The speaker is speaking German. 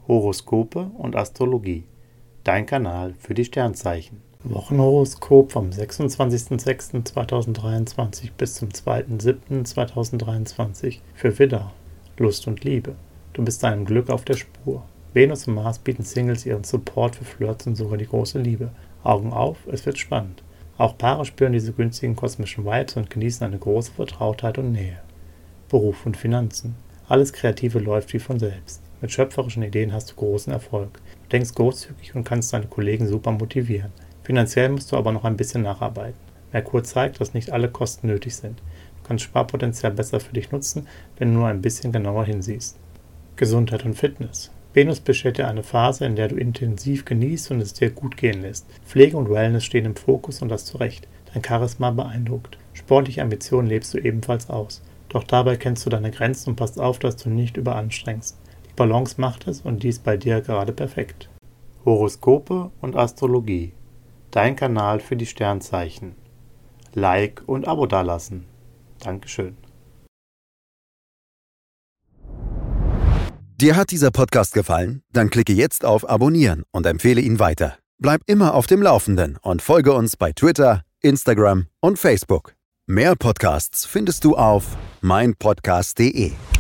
Horoskope und Astrologie. Dein Kanal für die Sternzeichen. Wochenhoroskop vom 26.06.2023 bis zum 2.07.2023 für Widder. Lust und Liebe. Du bist deinem Glück auf der Spur. Venus und Mars bieten Singles ihren Support für Flirts und sogar die große Liebe. Augen auf, es wird spannend. Auch Paare spüren diese günstigen kosmischen Vibes und genießen eine große Vertrautheit und Nähe. Beruf und Finanzen. Alles Kreative läuft wie von selbst. Mit schöpferischen Ideen hast du großen Erfolg. Du denkst großzügig und kannst deine Kollegen super motivieren. Finanziell musst du aber noch ein bisschen nacharbeiten. Merkur zeigt, dass nicht alle Kosten nötig sind. Du kannst Sparpotenzial besser für dich nutzen, wenn du nur ein bisschen genauer hinsiehst. Gesundheit und Fitness. Venus beschert dir eine Phase, in der du intensiv genießt und es dir gut gehen lässt. Pflege und Wellness stehen im Fokus und das zu Recht. Dein Charisma beeindruckt. Sportliche Ambitionen lebst du ebenfalls aus. Doch dabei kennst du deine Grenzen und passt auf, dass du nicht überanstrengst. Die Balance macht es und die ist bei dir gerade perfekt. Horoskope und Astrologie. Dein Kanal für die Sternzeichen. Like und Abo dalassen. Dankeschön. Dir hat dieser Podcast gefallen? Dann klicke jetzt auf Abonnieren und empfehle ihn weiter. Bleib immer auf dem Laufenden und folge uns bei Twitter, Instagram und Facebook. Mehr Podcasts findest du auf meinpodcast.de.